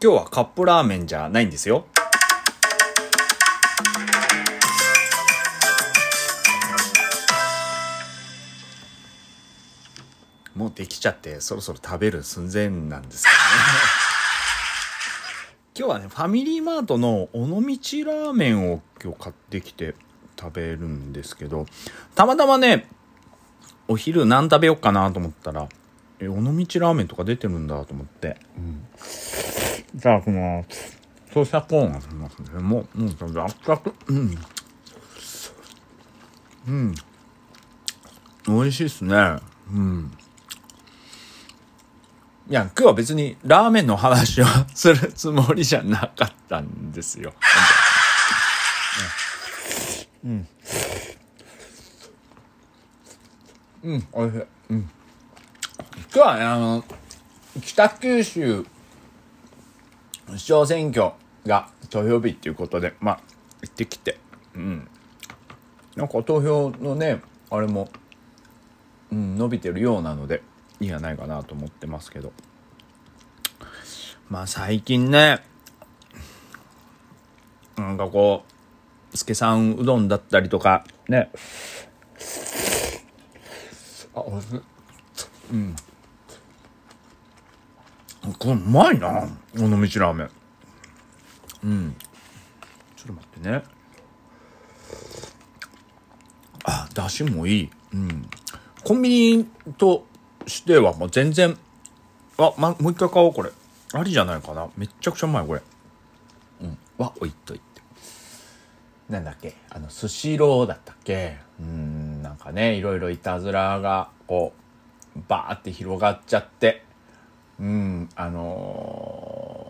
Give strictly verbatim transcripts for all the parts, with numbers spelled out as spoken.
今日はカップラーメンじゃないんですよ。もうできちゃってそろそろ食べる寸前なんですけどね今日はねファミリーマートの尾道ラーメンを今日買ってきて食べるんですけど、たまたまねお昼何食べようかなと思ったらえ尾道ラーメンとか出てるんだと思って、うん、じゃあこのソーサコーンがしますね。もう、うん、ザクザク、うんうん美味しいっすね。うんいや、今日は別にラーメンの話をするつもりじゃなかったんですよ。うん。うん、おいしい。うん。今日はね、あの、北九州市長選挙が投票日っていうことで、まあ、行ってきて、うん。なんか投票のね、あれも、うん、伸びてるようなので、いいんじゃないかなと思ってますけど、まあ最近ねなんかこう助さんうどんだったりとかね、あおいしい。うんこれうまいな尾道ラーメン。うんちょっと待ってね。あ出汁もいい。うんコンビニとしてはもう全然あ、ま、もう一回買おうこれ。ありじゃないかな。めっちゃくちゃうまいこれ。うんわ置いといて。なんだっけあのスシローだったっけ。うーんなんかねいろいろいたずらがこうバーって広がっちゃって、うんあの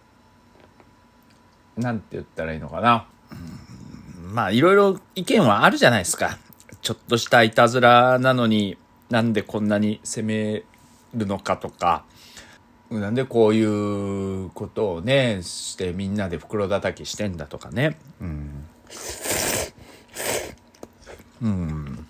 ー、なんて言ったらいいのかな。うんまあいろいろ意見はあるじゃないですか。ちょっとしたいたずらなのになんでこんなに責めるのかとか。なんでこういうことをねしてみんなで袋叩きしてんだとかね。うんうん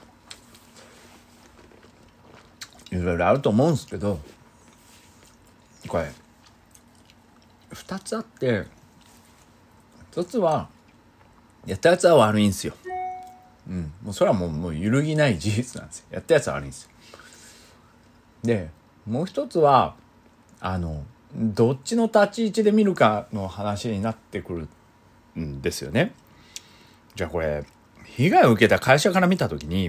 いろいろあると思うんですけど、これふたつあって、ひとつはやったやつは悪いんですよ。うんもうそれはもう、もう揺るぎない事実なんですよ。やったやつは悪いんですよ。でもう一つはあのどっちの立ち位置で見るかの話になってくるんですよね。じゃあこれ被害を受けた会社から見たときに、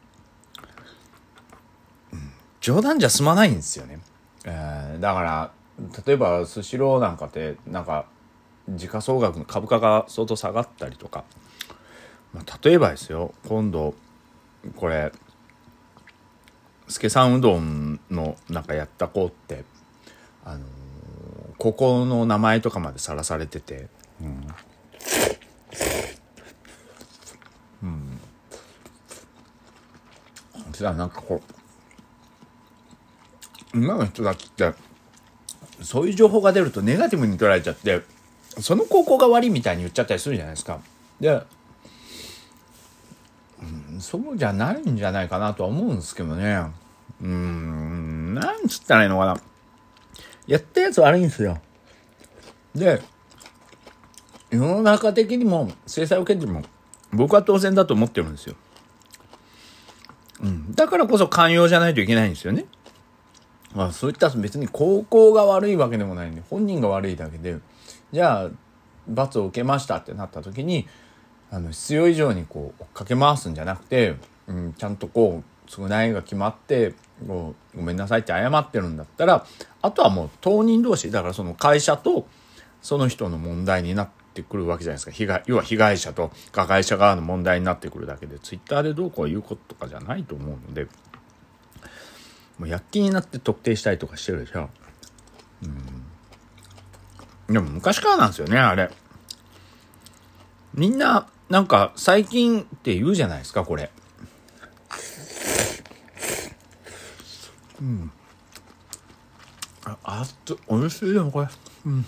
うん、冗談じゃ済まないんですよね。えー、だから例えばスシローなんかってなんか時価総額の株価が相当下がったりとか、まあ、例えばですよ今度これ助さんうどんのなんかやった子ってあのー、ここの名前とかまでさらされてて、うんうんじゃあなんかこう今の人たちってそういう情報が出るとネガティブに捉えちゃってその高校が悪いみたいに言っちゃったりするじゃないですか。で、うん、そうじゃないんじゃないかなとは思うんですけどね。うーんなんつったらいいのかな。やったやつ悪いんですよ。で世の中的にも制裁を受けても僕は当然だと思ってるんですよ。うん、だからこそ寛容じゃないといけないんですよね。まあ、そういった別に高校が悪いわけでもないんで本人が悪いだけで、じゃあ罰を受けましたってなった時にあの必要以上にこう追っかけ回すんじゃなくて、うん、ちゃんとこう償いが決まってこうごめんなさいって謝ってるんだったら、あとはもう当人同士だからその会社とその人の問題になってくるわけじゃないですか。被害要は被害者と加害者側の問題になってくるだけで、ツイッターでどうこう言うこととかじゃないと思うので、もう躍起になって特定したりとかしてるでしょ。うんでも昔からなんですよねあれ。みんななんか最近って言うじゃないですかこれ。うんああっと美味しいよこれ。うん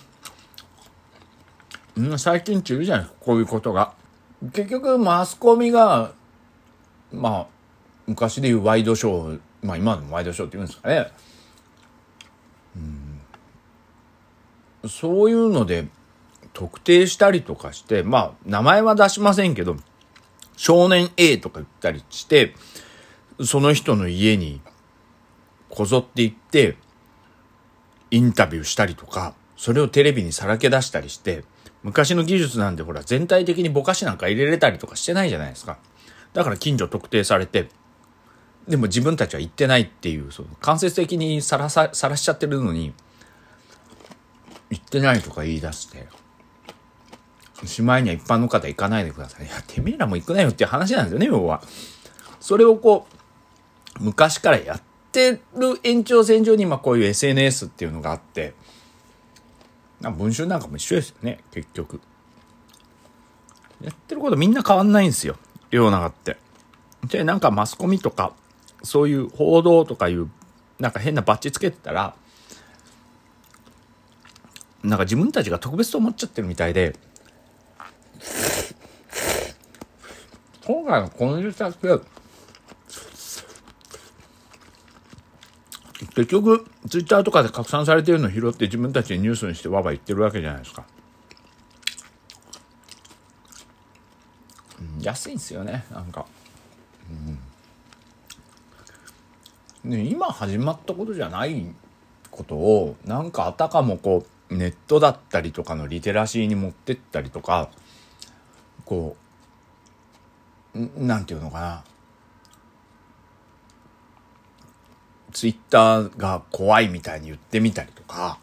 みんな最近って言うじゃないですかこういうことが。結局マスコミがまあ昔で言うワイドショー、まあ今でもワイドショーって言うんですかね。うんそういうので特定したりとかして、まあ名前は出しませんけど、少年 A とか言ったりして、その人の家にこぞって行ってインタビューしたりとか、それをテレビにさらけ出したりして、昔の技術なんでほら全体的にぼかしなんか入れれたりとかしてないじゃないですか。だから近所特定されて、でも自分たちは言ってないっていう、その間接的にさらささらしちゃってるのに言ってないとか言い出して、しまいには一般の方行かないでください。いやてめえらも行くなよっていう話なんですよね、要は。それをこう昔からやってる延長線上に今こういう エスエヌエス っていうのがあって、文春なんかも一緒ですよね、結局。やってることみんな変わんないんですよ、世の中って。で、なんかマスコミとかそういう報道とかいうなんか変なバッジつけてたら、なんか自分たちが特別と思っちゃってるみたいで、今回のこの自宅結局ツイッターとかで拡散されてるのを拾って自分たちでニュースにしてわば言ってるわけじゃないですか。うん、安いんですよね、なんか、うんね、今始まったことじゃないことをなんかあたかもこうネットだったりとかのリテラシーに持ってったりとか、こうなんていうのかな、ツイッターが怖いみたいに言ってみたりとか、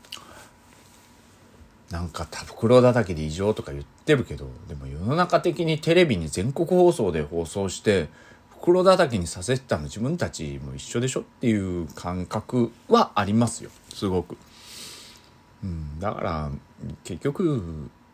なんかタ袋叩きで異常とか言ってるけど、でも世の中的にテレビに全国放送で放送して袋叩きにさせてたの自分たちも一緒でしょっていう感覚はありますよ、すごく。うん、だから結局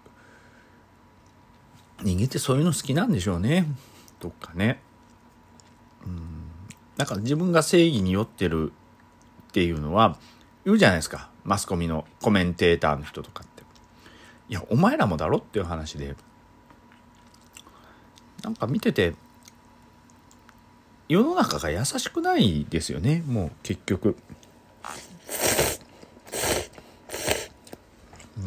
人間ってそういうの好きなんでしょうね、どっかね。うん、だから自分が正義に酔ってるっていうのは言うじゃないですか、マスコミのコメンテーターの人とかって。いやお前らもだろっていう話で、なんか見てて世の中が優しくないですよね、もう結局。うん、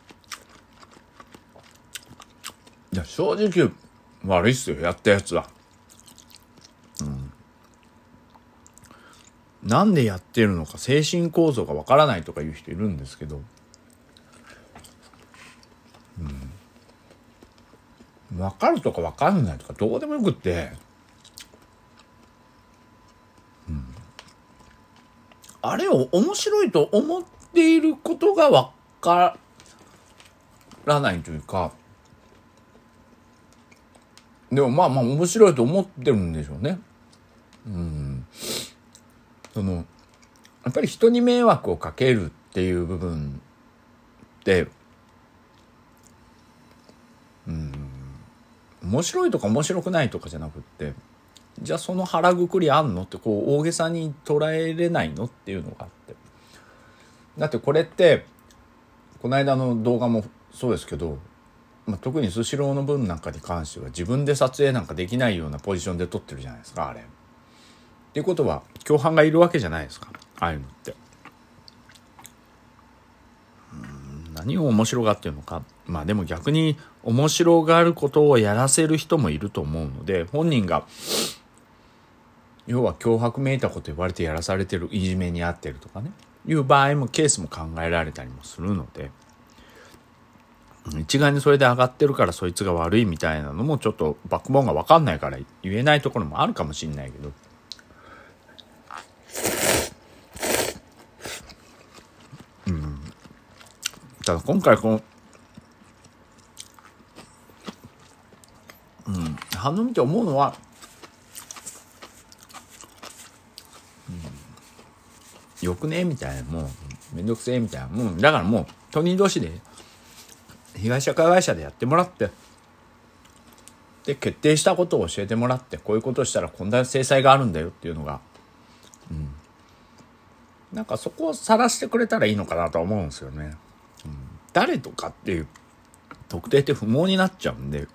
いや正直悪いっすよ、やったやつは。うん、なんでやってるのか精神構造がわからないとかいう人いるんですけど、うん、分かるとか分かんないとかどうでもよくって、うん、あれを面白いと思っていることが分からないというか、でもまあまあ面白いと思ってるんでしょうね。うん、そのやっぱり人に迷惑をかけるっていう部分で、うん、面白いとか面白くないとかじゃなくって、じゃあその腹くくりあんのってこう大げさに捉えれないのっていうのがあって、だってこれってこの間の動画もそうですけど、まあ、特にスシローの分なんかに関しては自分で撮影なんかできないようなポジションで撮ってるじゃないですか、あれ。っていうことは共犯がいるわけじゃないですか、ああいうのって。うん、何を面白がってるのか。まあでも逆に面白がることをやらせる人もいると思うので、本人が要は脅迫めいたこと言われてやらされてる、いじめに遭ってるとかねいう場合もケースも考えられたりもするので、一概にそれで上がってるからそいつが悪いみたいなのもちょっとバックボーンが分かんないから言えないところもあるかもしれないけど、うん、ただ今回この、うん、反応見て思うのは、うん、よくねみたいな、もうめんどくせえみたいな、もうだからもう他人同士で被害者加害者でやってもらって、で決定したことを教えてもらって、こういうことをしたらこんな制裁があるんだよっていうのが、うん、なんかそこを晒してくれたらいいのかなと思うんですよね。うん、誰とかっていう特定って不毛になっちゃうんで、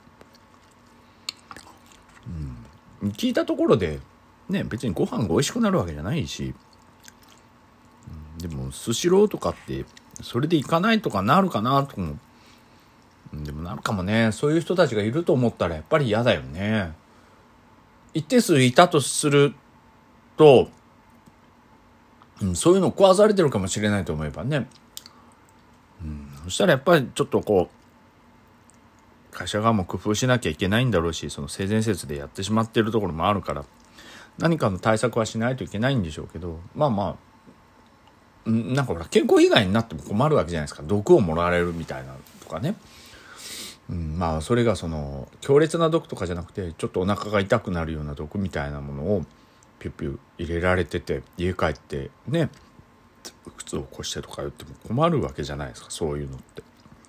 うん、聞いたところでね、別にご飯が美味しくなるわけじゃないし、うん、でもスシローとかってそれで行かないとかなるかなと思う。でもなるかもね。そういう人たちがいると思ったらやっぱり嫌だよね。一定数いたとすると、うん、そういうのを壊されてるかもしれないと思えばね、うん、そしたらやっぱりちょっとこう会社側も工夫しなきゃいけないんだろうし、その性善説でやってしまっているところもあるから何かの対策はしないといけないんでしょうけど、まあまあなんかほら健康以外になっても困るわけじゃないですか。毒をもらわれるみたいなとかね、うん、まあそれがその強烈な毒とかじゃなくてちょっとお腹が痛くなるような毒みたいなものをピュッピュ入れられてて、家帰ってね靴を起こしてとか言っても困るわけじゃないですか、そういうのって。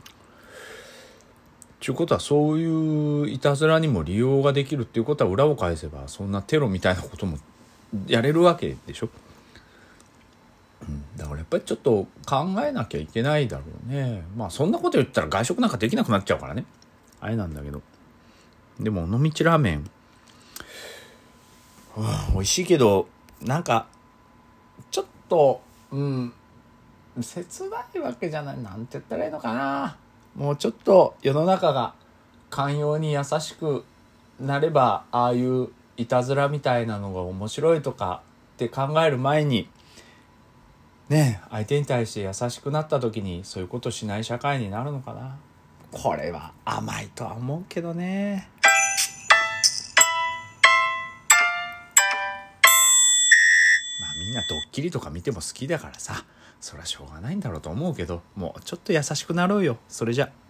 ということはそういういたずらにも利用ができるっていうことは裏を返せばそんなテロみたいなこともやれるわけでしょ、うん、だからやっぱりちょっと考えなきゃいけないだろうね。まあそんなこと言ったら外食なんかできなくなっちゃうからね、あれなんだけど。でも尾道ラーメン、うん、美味しいけどなんかちょっとうん切ないわけじゃない、なんて言ったらいいのかな。もうちょっと世の中が寛容に優しくなればああいういたずらみたいなのが面白いとかって考える前にね、相手に対して優しくなった時にそういうことしない社会になるのかな。これは甘いとは思うけどね。まあみんなドッキリとか見ても好きだからさ、そりゃしょうがないんだろうと思うけど、もうちょっと優しくなろうよ。それじゃ